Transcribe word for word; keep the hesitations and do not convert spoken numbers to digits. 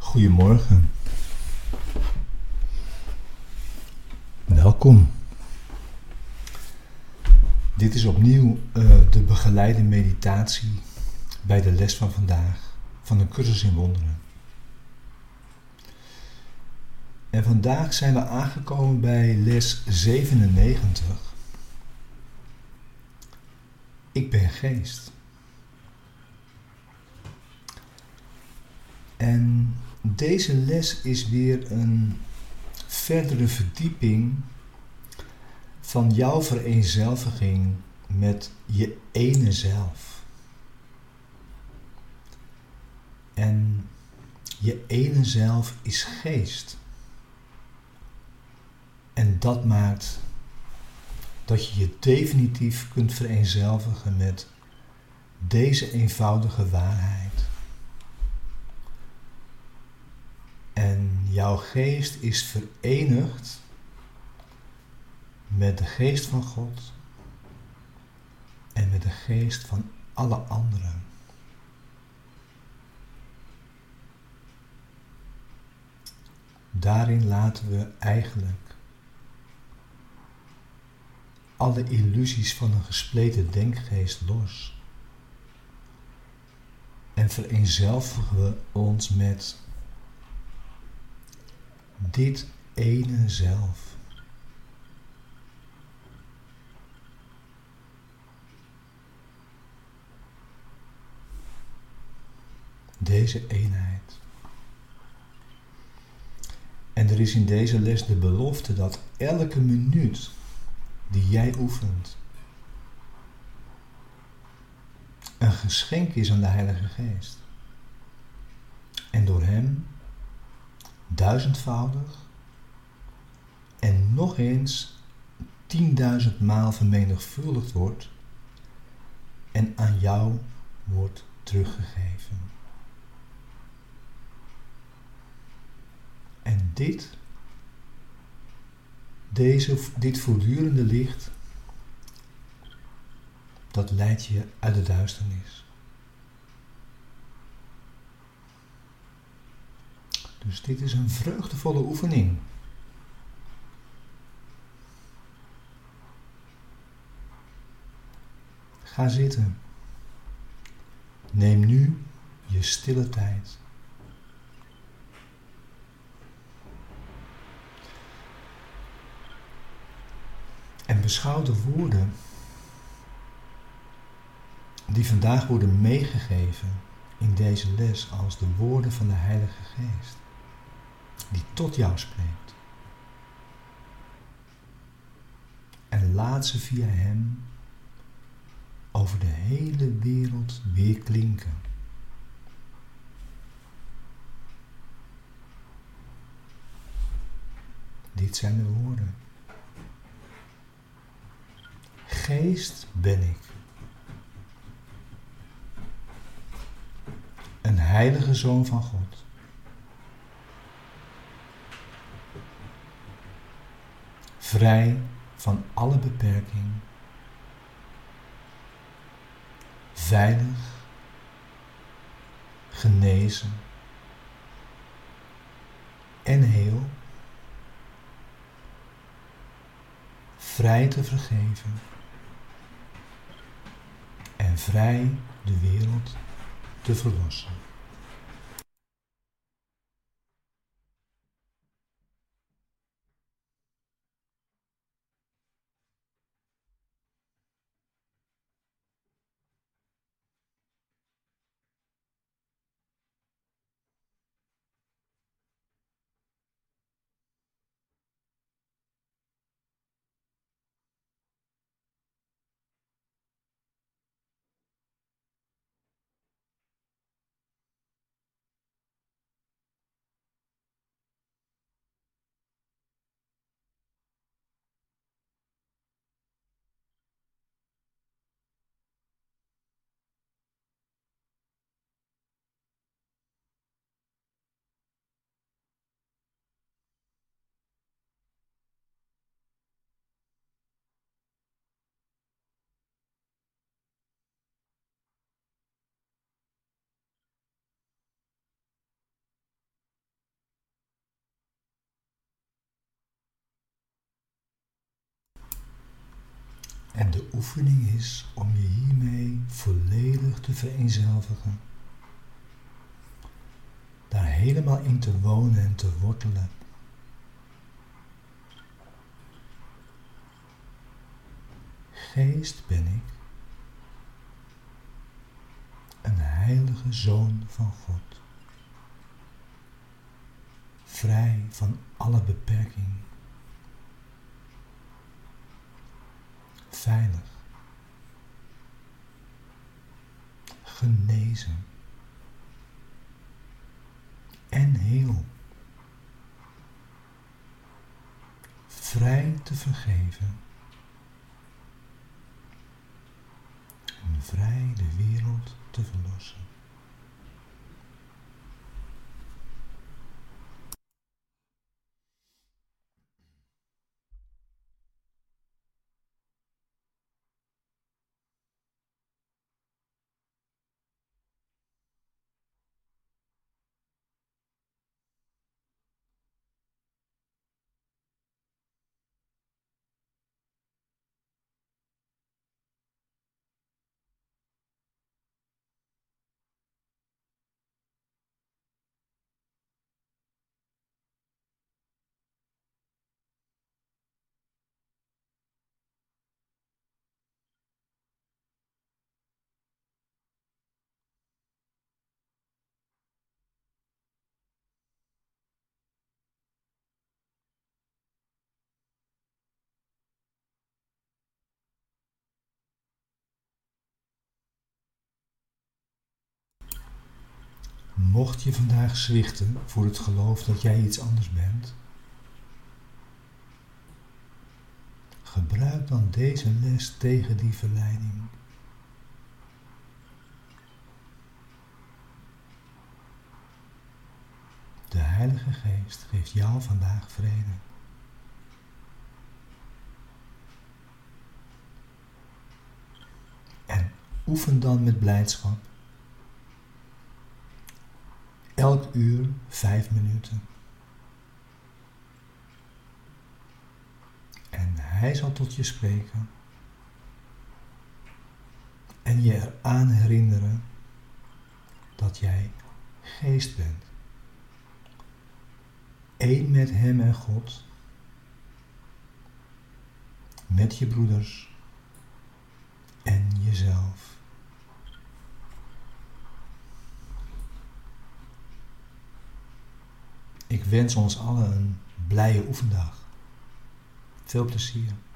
Goedemorgen. Welkom. Dit is opnieuw uh, de begeleide meditatie bij de les van vandaag van de cursus in wonderen. En vandaag zijn we aangekomen bij les zevenennegentig. Ik ben geest. En deze les is weer een verdere verdieping van jouw vereenzelviging met je ene zelf. En je ene zelf is geest. En dat maakt dat je je definitief kunt vereenzelvigen met deze eenvoudige waarheid. En jouw geest is verenigd met de geest van God en met de geest van alle anderen. Daarin laten we eigenlijk alle illusies van een gespleten denkgeest los. En vereenzelvigen we ons met dit ene zelf. Deze eenheid. En er is in deze les de belofte dat elke minuut die jij oefent een geschenk is aan de Heilige Geest. En door hem duizendvoudig en nog eens tienduizend maal vermenigvuldigd wordt en aan jou wordt teruggegeven. En dit, deze, dit voortdurende licht, dat leidt je uit de duisternis. Dus dit is een vreugdevolle oefening. Ga zitten. Neem nu je stille tijd. En beschouw de woorden die vandaag worden meegegeven in deze les als de woorden van de Heilige Geest, die tot jou spreekt. En laat ze via hem over de hele wereld weer klinken. Dit zijn de woorden. Geest ben ik. Een heilige zoon van God. Vrij van alle beperking. Veilig. Genezen. En heel. Vrij te vergeven. En vrij de wereld te verlossen. En de oefening is om je hiermee volledig te vereenzelvigen. Daar helemaal in te wonen en te wortelen. Geest ben ik, een heilige zoon van God, vrij van alle beperking, veilig, genezen en heel, vrij te vergeven en vrij de wereld te verlossen. Mocht je vandaag zwichten voor het geloof dat jij iets anders bent, gebruik dan deze les tegen die verleiding. De Heilige Geest geeft jou vandaag vrede. En oefen dan met blijdschap. Elk uur vijf minuten. En hij zal tot je spreken. En je eraan herinneren dat jij geest bent. Eén met hem en God. Met je broeders. En jezelf. Ik wens ons allen een blije oefendag. Veel plezier.